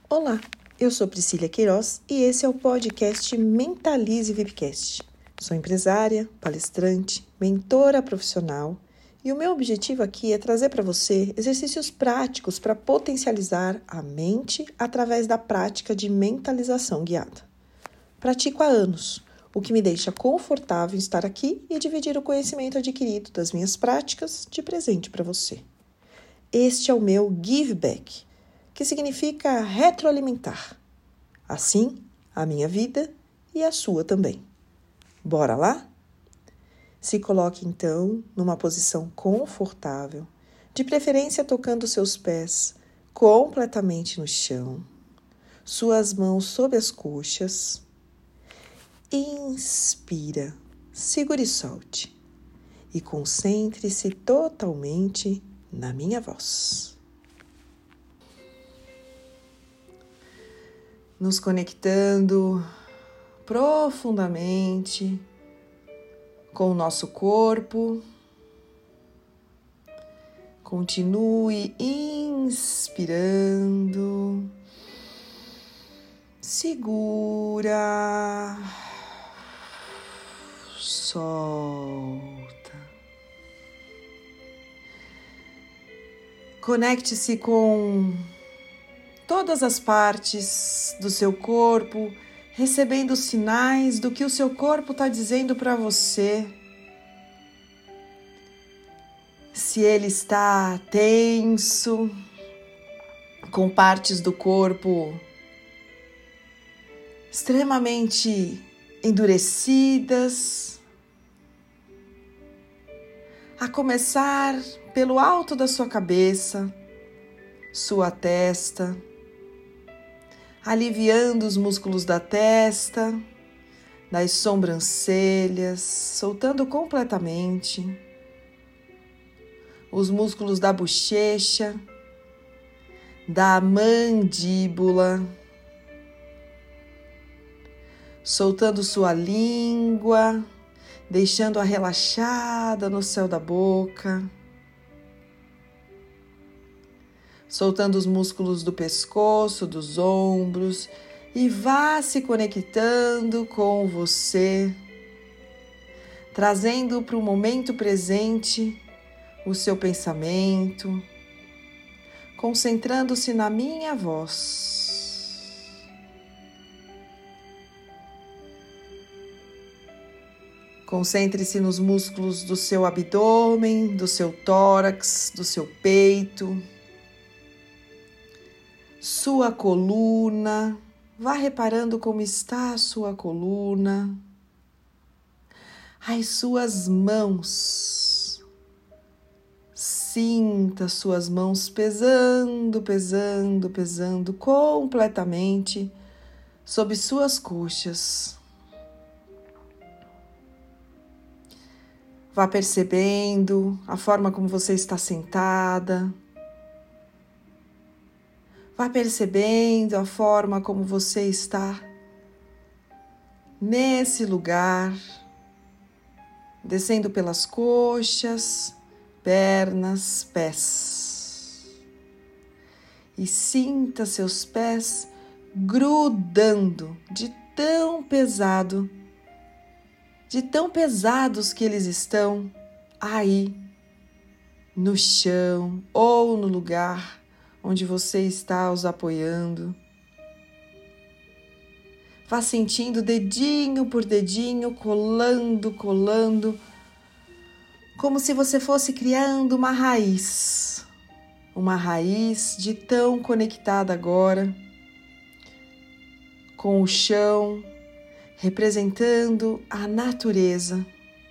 Olá, eu sou Priscília Queiroz e esse é o podcast Mentalize Vipcast. Sou empresária, palestrante, mentora profissional e o meu objetivo aqui é trazer para você exercícios práticos para potencializar a mente através da prática de mentalização guiada. Pratico há anos, o que me deixa confortável em estar aqui e dividir o conhecimento adquirido das minhas práticas de presente para você. Este é o meu Give Back, que significa retroalimentar. Assim, a minha vida e a sua também. Bora lá? Se coloque então numa posição confortável, de preferência tocando seus pés completamente no chão, suas mãos sob as coxas. Inspira, segure e solte e concentre-se totalmente na minha voz. Nos conectando profundamente com o nosso corpo. Continue inspirando. Segura. Solta. Conecte-se com todas as partes do seu corpo, recebendo sinais do que o seu corpo está dizendo para você. Se ele está tenso, com partes do corpo extremamente endurecidas, a começar pelo alto da sua cabeça, sua testa, aliviando os músculos da testa, das sobrancelhas, soltando completamente os músculos da bochecha, da mandíbula, soltando sua língua, deixando-a relaxada no céu da boca, soltando os músculos do pescoço, dos ombros e vá se conectando com você, trazendo para o momento presente o seu pensamento, concentrando-se na minha voz. Concentre-se nos músculos do seu abdômen, do seu tórax, do seu peito, sua coluna. Vá reparando como está a sua coluna, as suas mãos. Sinta suas mãos pesando completamente sobre suas coxas. Vá percebendo a forma como você está sentada. Vá percebendo a forma como você está nesse lugar, descendo pelas coxas, pernas, pés. E sinta seus pés grudando de tão pesados que eles estão aí no chão ou no lugar onde você está os apoiando. Vá sentindo dedinho por dedinho, colando, como se você fosse criando uma raiz de tão conectada agora com o chão, representando a natureza.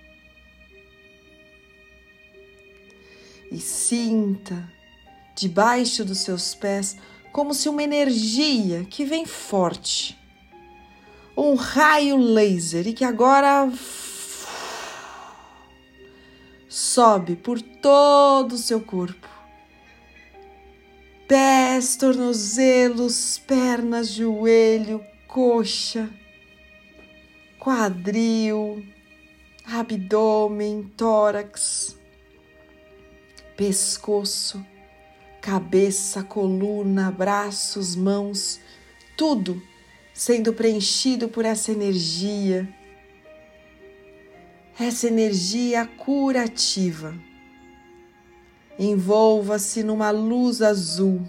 E sinta debaixo dos seus pés como se uma energia que vem forte, um raio laser e que agora sobe por todo o seu corpo. Pés, tornozelos, pernas, joelho, coxa, quadril, abdômen, tórax, pescoço, cabeça, coluna, braços, mãos tudo sendo preenchido por essa energia curativa. Envolva-se numa luz azul,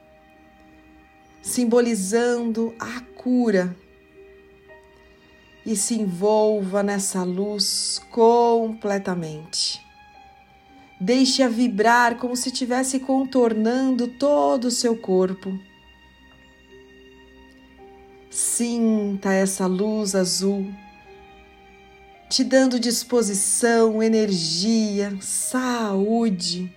simbolizando a cura, e se envolva nessa luz completamente. Deixe-a vibrar como se estivesse contornando todo o seu corpo. Sinta essa luz azul, te dando disposição, energia, saúde,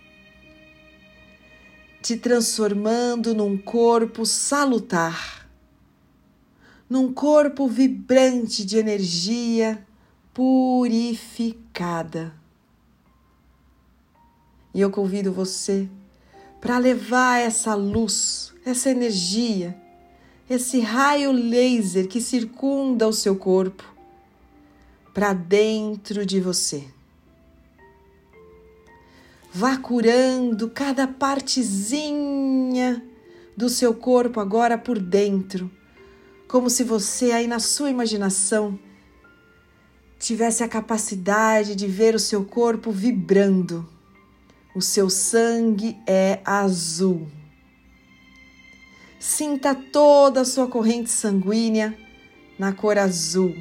te transformando num corpo salutar, num corpo vibrante de energia purificada. E eu convido você para levar essa luz, essa energia, esse raio laser que circunda o seu corpo para dentro de você. Vá curando cada partezinha do seu corpo agora por dentro, como se você aí na sua imaginação tivesse a capacidade de ver o seu corpo vibrando. O seu sangue é azul. Sinta toda a sua corrente sanguínea na cor azul.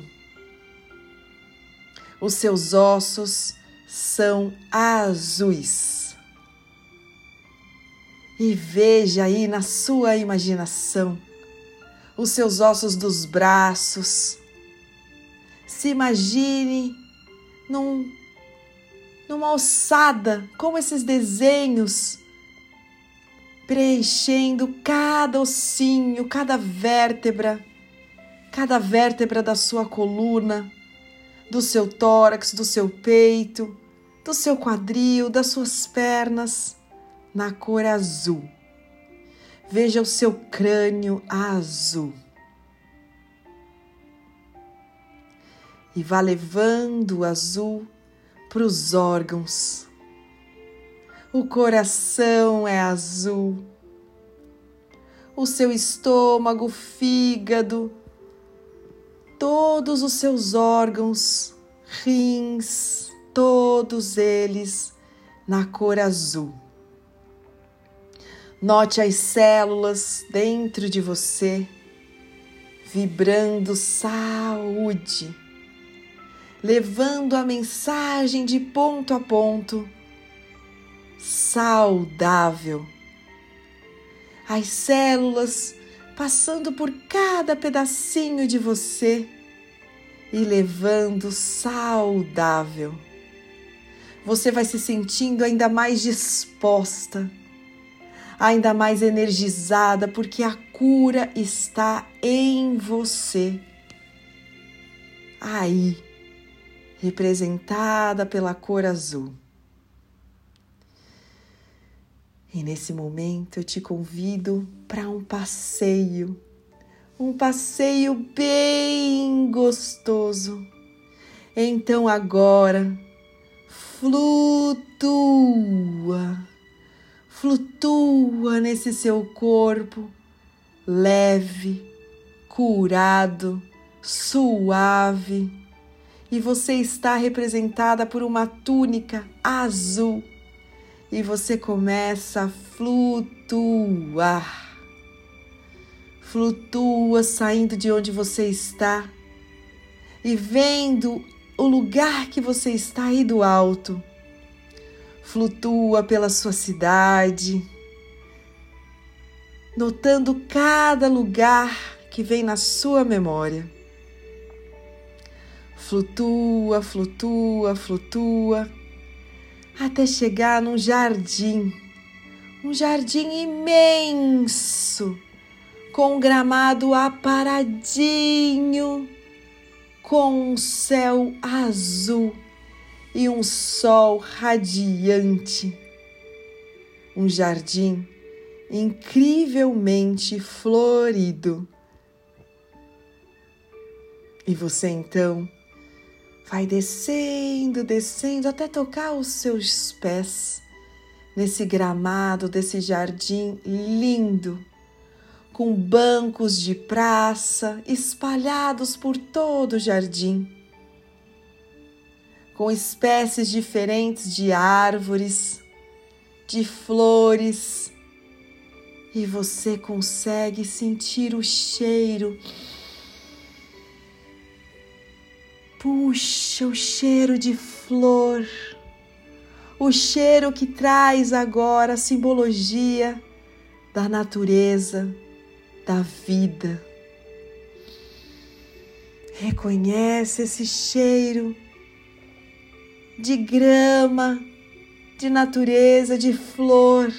Os seus ossos são azuis. E veja aí na sua imaginação os seus ossos dos braços. Se imagine numa ossada, como esses desenhos, preenchendo cada ossinho, cada vértebra da sua coluna, do seu tórax, do seu peito, do seu quadril, das suas pernas, na cor azul. Veja o seu crânio azul. E vá levando o azul para os órgãos. O coração é azul. O seu estômago, fígado, todos os seus órgãos, rins, todos eles na cor azul. Note as células dentro de você, vibrando saúde, levando a mensagem de ponto a ponto, saudável. As células passando por cada pedacinho de você e levando saudável. Você vai se sentindo ainda mais disposta, ainda mais energizada, porque a cura está em você. Aí, representada pela cor azul. E nesse momento eu te convido para um passeio bem gostoso. Então agora, flutua nesse seu corpo, leve, curado, suave. E você está representada por uma túnica azul. E você começa a flutuar. Flutua saindo de onde você está e vendo o lugar que você está aí do alto. Flutua pela sua cidade, notando cada lugar que vem na sua memória. Flutua, flutua, flutua, até chegar num jardim imenso, com um gramado aparadinho, com um céu azul e um sol radiante. Um jardim incrivelmente florido. E você então vai descendo, descendo até tocar os seus pés nesse gramado desse jardim lindo, com bancos de praça espalhados por todo o jardim, com espécies diferentes de árvores, de flores, e você consegue sentir o cheiro. Puxa, o cheiro de flor, o cheiro que traz agora a simbologia da natureza, da vida. Reconhece esse cheiro de grama, de natureza, de flor,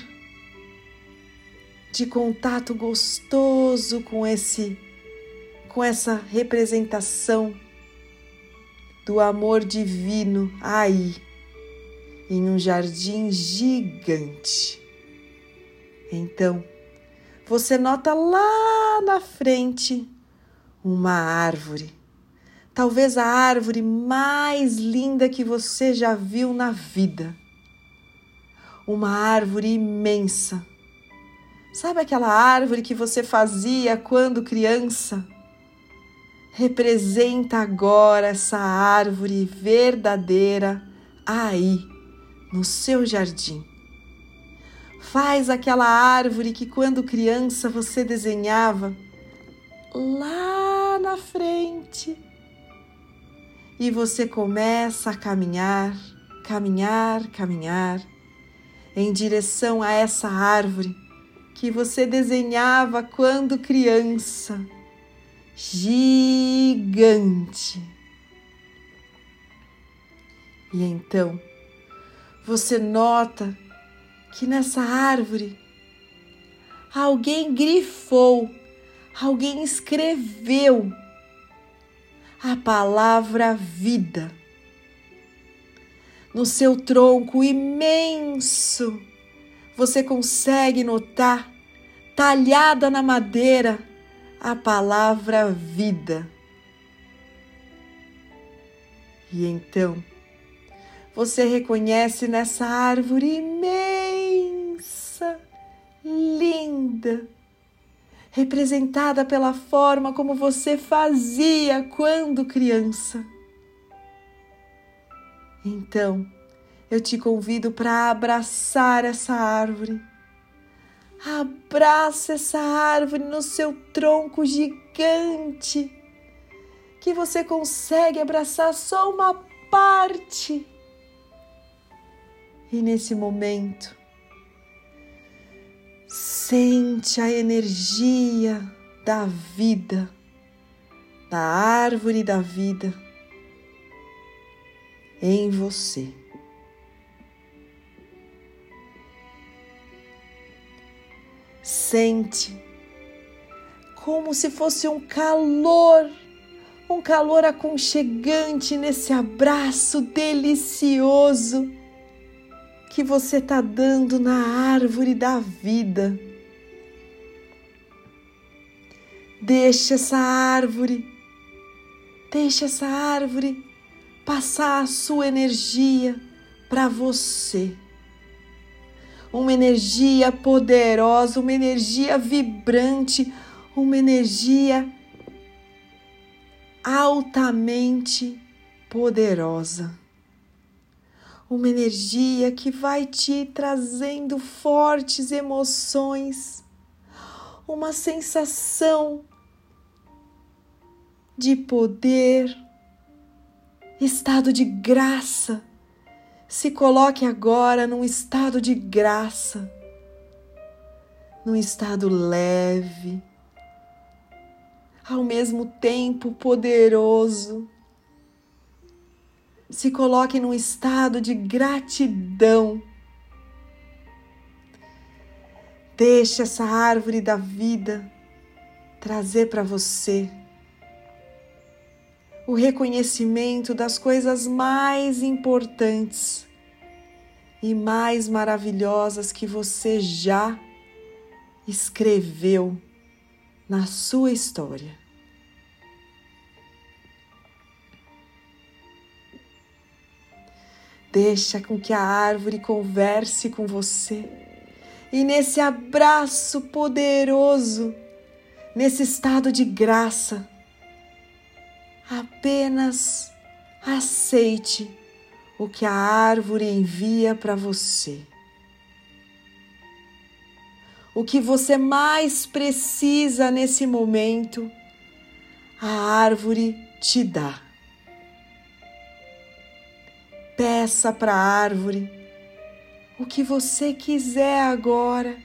de contato gostoso com essa representação do amor divino aí, em um jardim gigante. Então, você nota lá na frente uma árvore, talvez a árvore mais linda que você já viu na vida. Uma árvore imensa. Sabe aquela árvore que você fazia quando criança? Representa agora essa árvore verdadeira aí, no seu jardim. Faz aquela árvore que quando criança você desenhava lá na frente. E você começa a caminhar em direção a essa árvore que você desenhava quando criança. Gigante. E então, você nota que nessa árvore alguém grifou, alguém escreveu a palavra vida. No seu tronco imenso, você consegue notar, talhada na madeira, a palavra vida. E então, você reconhece nessa árvore imensa, linda, representada pela forma como você fazia quando criança. Então, eu te convido para abraçar essa árvore. Abraça essa árvore no seu tronco gigante, que você consegue abraçar só uma parte. E nesse momento, sente a energia da vida, da árvore da vida em você. Sente como se fosse um calor aconchegante nesse abraço delicioso que você está dando na árvore da vida. Deixa essa árvore passar a sua energia para você. Uma energia poderosa, uma energia vibrante, uma energia altamente poderosa. Uma energia que vai te trazendo fortes emoções, uma sensação de poder, estado de graça. Se coloque agora num estado de graça, num estado leve, ao mesmo tempo poderoso. Se coloque num estado de gratidão. Deixe essa árvore da vida trazer para você o reconhecimento das coisas mais importantes e mais maravilhosas que você já escreveu na sua história. Deixa com que a árvore converse com você e nesse abraço poderoso nesse estado de graça, apenas aceite o que a árvore envia para você. O que você mais precisa nesse momento, a árvore te dá. Peça para a árvore o que você quiser agora.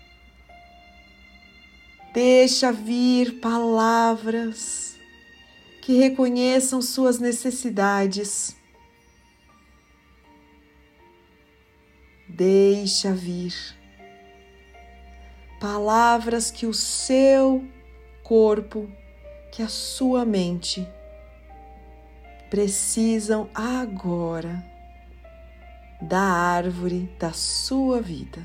Deixa vir palavras que reconheçam suas necessidades. Deixa vir palavras que o seu corpo, que a sua mente precisam agora da árvore da sua vida.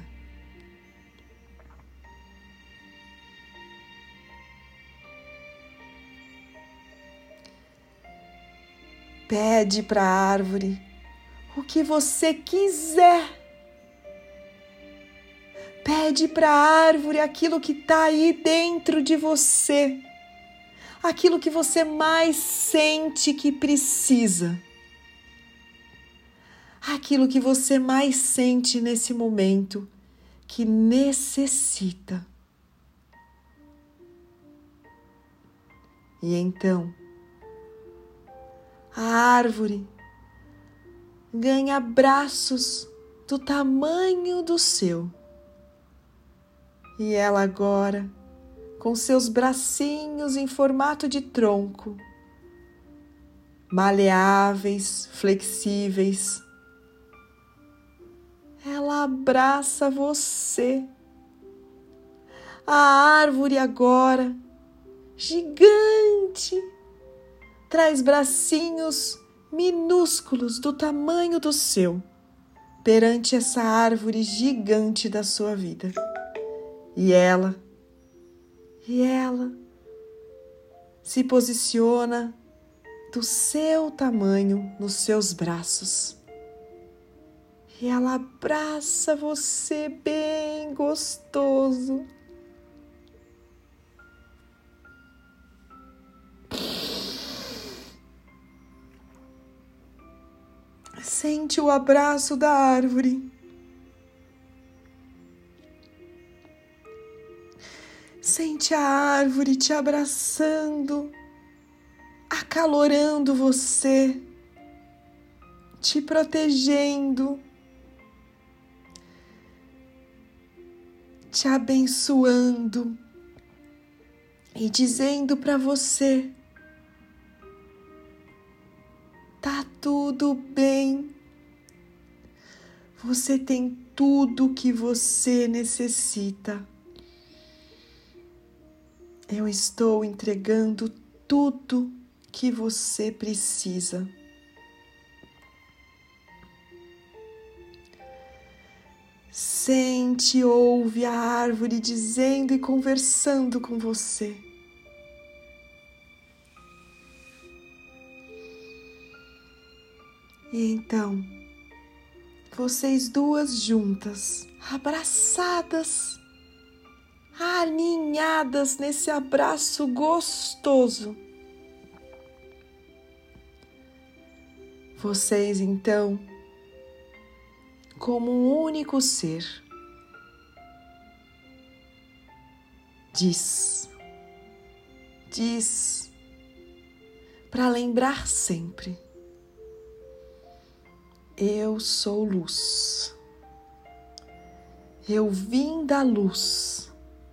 Pede para a árvore o que você quiser. Pede para a árvore aquilo que está aí dentro de você. Aquilo que você mais sente que precisa. Aquilo que você mais sente nesse momento que necessita. E então, a árvore ganha braços do tamanho do seu. E ela agora, com seus bracinhos em formato de tronco, maleáveis, flexíveis, ela abraça você. A árvore agora, gigante, traz bracinhos minúsculos do tamanho do seu perante essa árvore gigante da sua vida. E ela se posiciona do seu tamanho nos seus braços. E ela abraça você bem gostoso. Sente o abraço da árvore. Sente a árvore te abraçando, acalorando você, te protegendo, te abençoando e dizendo para você: tá tudo bem. Você tem tudo que você necessita. Eu estou entregando tudo que você precisa. Sente e ouve a árvore dizendo e conversando com você. E então, vocês duas juntas, abraçadas, alinhadas nesse abraço gostoso. Vocês então, como um único ser, diz para lembrar sempre: eu sou luz. Eu vim da luz.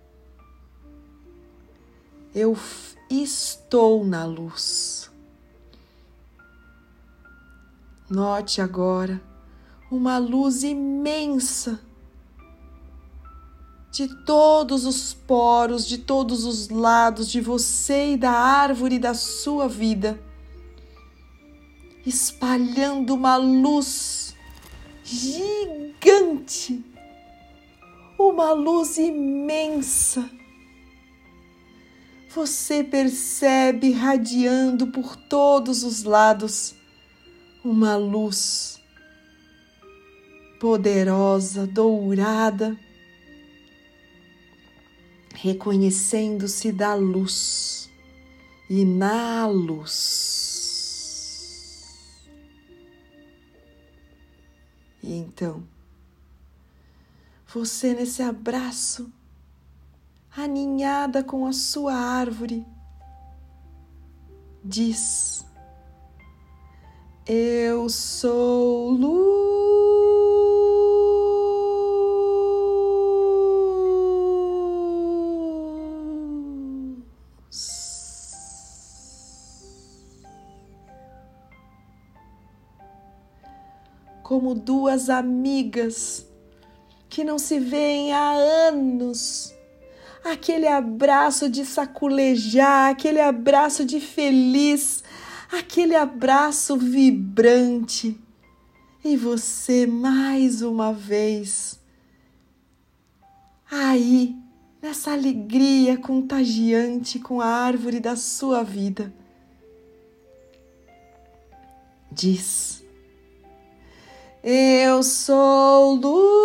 Eu estou na luz. Note agora uma luz imensa de todos os poros, de todos os lados de você e da árvore da sua vida, espalhando uma luz gigante, uma luz imensa. Você percebe radiando por todos os lados uma luz poderosa, dourada. reconhecendo-se da luz e na luz. E então, você nesse abraço, aninhada com a sua árvore, diz: eu sou luz. Como duas amigas que não se veem há anos, aquele abraço de saculejar, aquele abraço de feliz, aquele abraço vibrante. E você mais uma vez, aí, nessa alegria contagiante com a árvore da sua vida, diz: eu sou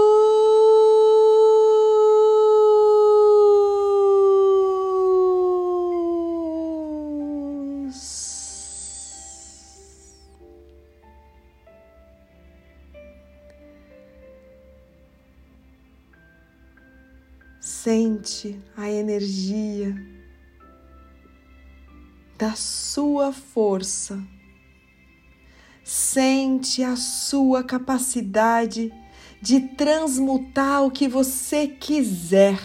luz. Sente a energia da sua força. Sente a sua capacidade de transmutar o que você quiser,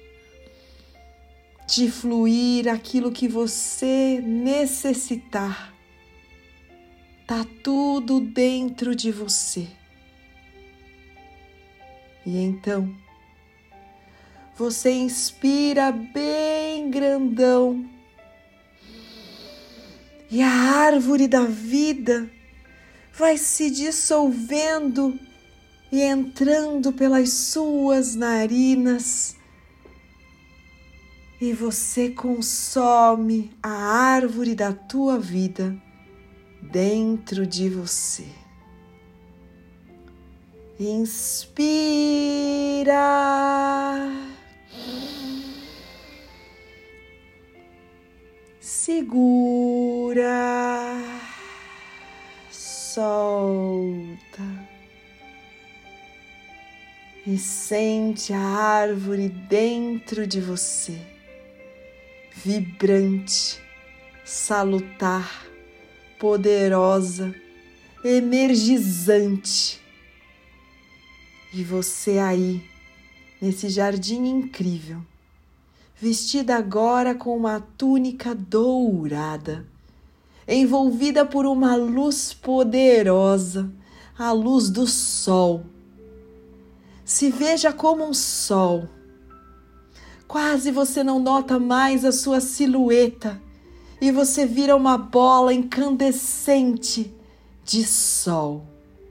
de fluir aquilo que você necessitar. Tá tudo dentro de você. E então, você inspira bem grandão e a árvore da vida vai se dissolvendo e entrando pelas suas narinas, e você consome a árvore da tua vida dentro de você. Inspira, segura, solta e sente a árvore dentro de você, vibrante, salutar, poderosa, energizante. E você aí, nesse jardim incrível, vestida agora com uma túnica dourada, envolvida por uma luz poderosa, a luz do sol. Se veja como um sol. Quase você não nota mais a sua silhueta e você vira uma bola incandescente de sol,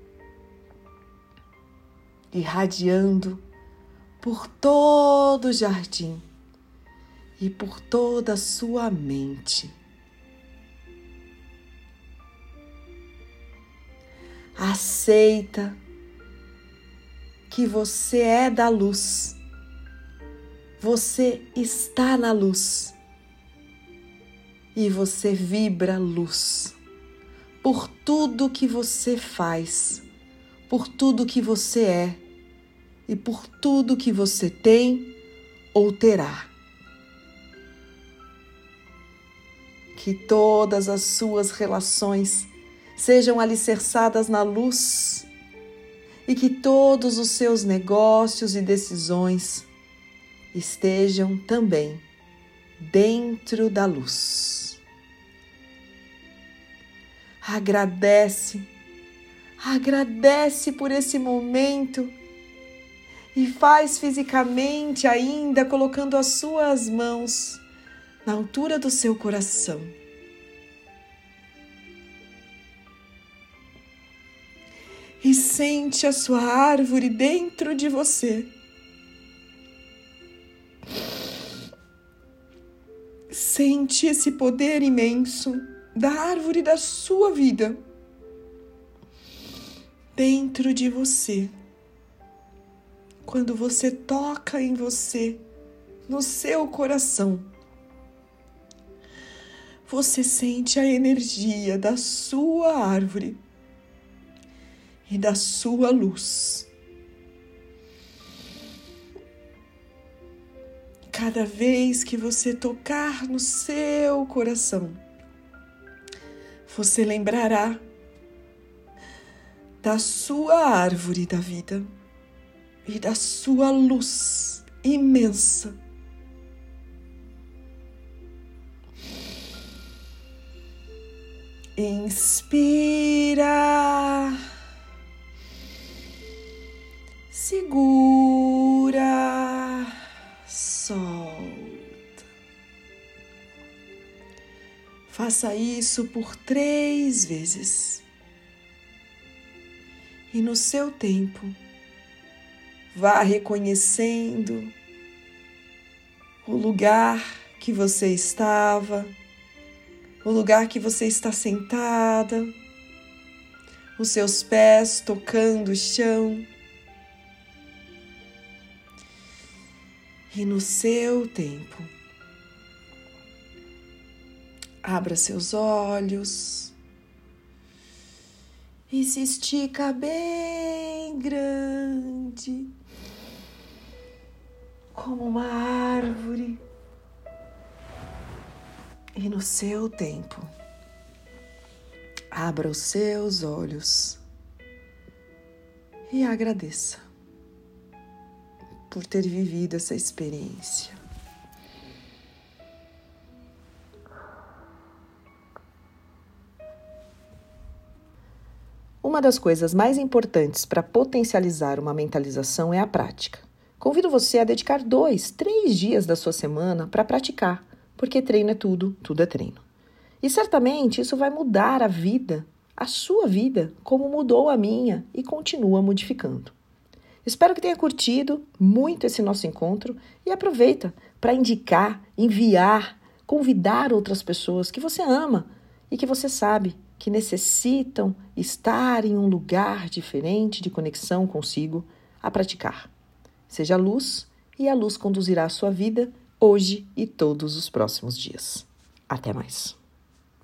irradiando por todo o jardim e por toda a sua mente. Aceita que você é da luz. Você está na luz. E você vibra luz. Por tudo que você faz, por tudo que você é e por tudo que você tem ou terá. Que todas as suas relações sejam alicerçadas na luz e que todos os seus negócios e decisões estejam também dentro da luz. Agradece por esse momento e faz fisicamente ainda colocando as suas mãos na altura do seu coração. E sente a sua árvore dentro de você. Sente esse poder imenso da árvore da sua vida dentro de você. Quando você toca em você, no seu coração, você sente a energia da sua árvore e da sua luz. Cada vez que você tocar no seu coração, você lembrará da sua árvore da vida e da sua luz imensa. Inspira, segura, solta. Faça isso por 3 vezes. E no seu tempo, vá reconhecendo o lugar que você estava, o lugar que você está sentada, os seus pés tocando o chão. E no seu tempo, abra seus olhos e se estica bem grande, como uma árvore. E no seu tempo, abra os seus olhos e agradeça por ter vivido essa experiência. Uma das coisas mais importantes para potencializar uma mentalização é a prática. Convido você a dedicar 2, 3 dias da sua semana para praticar, porque treino é tudo, tudo é treino. E certamente isso vai mudar a sua vida, como mudou a minha e continua modificando. Espero que tenha curtido muito esse nosso encontro e aproveita para indicar, enviar, convidar outras pessoas que você ama e que você sabe que necessitam estar em um lugar diferente de conexão consigo a praticar. Seja luz e a luz conduzirá a sua vida hoje e todos os próximos dias. Até mais.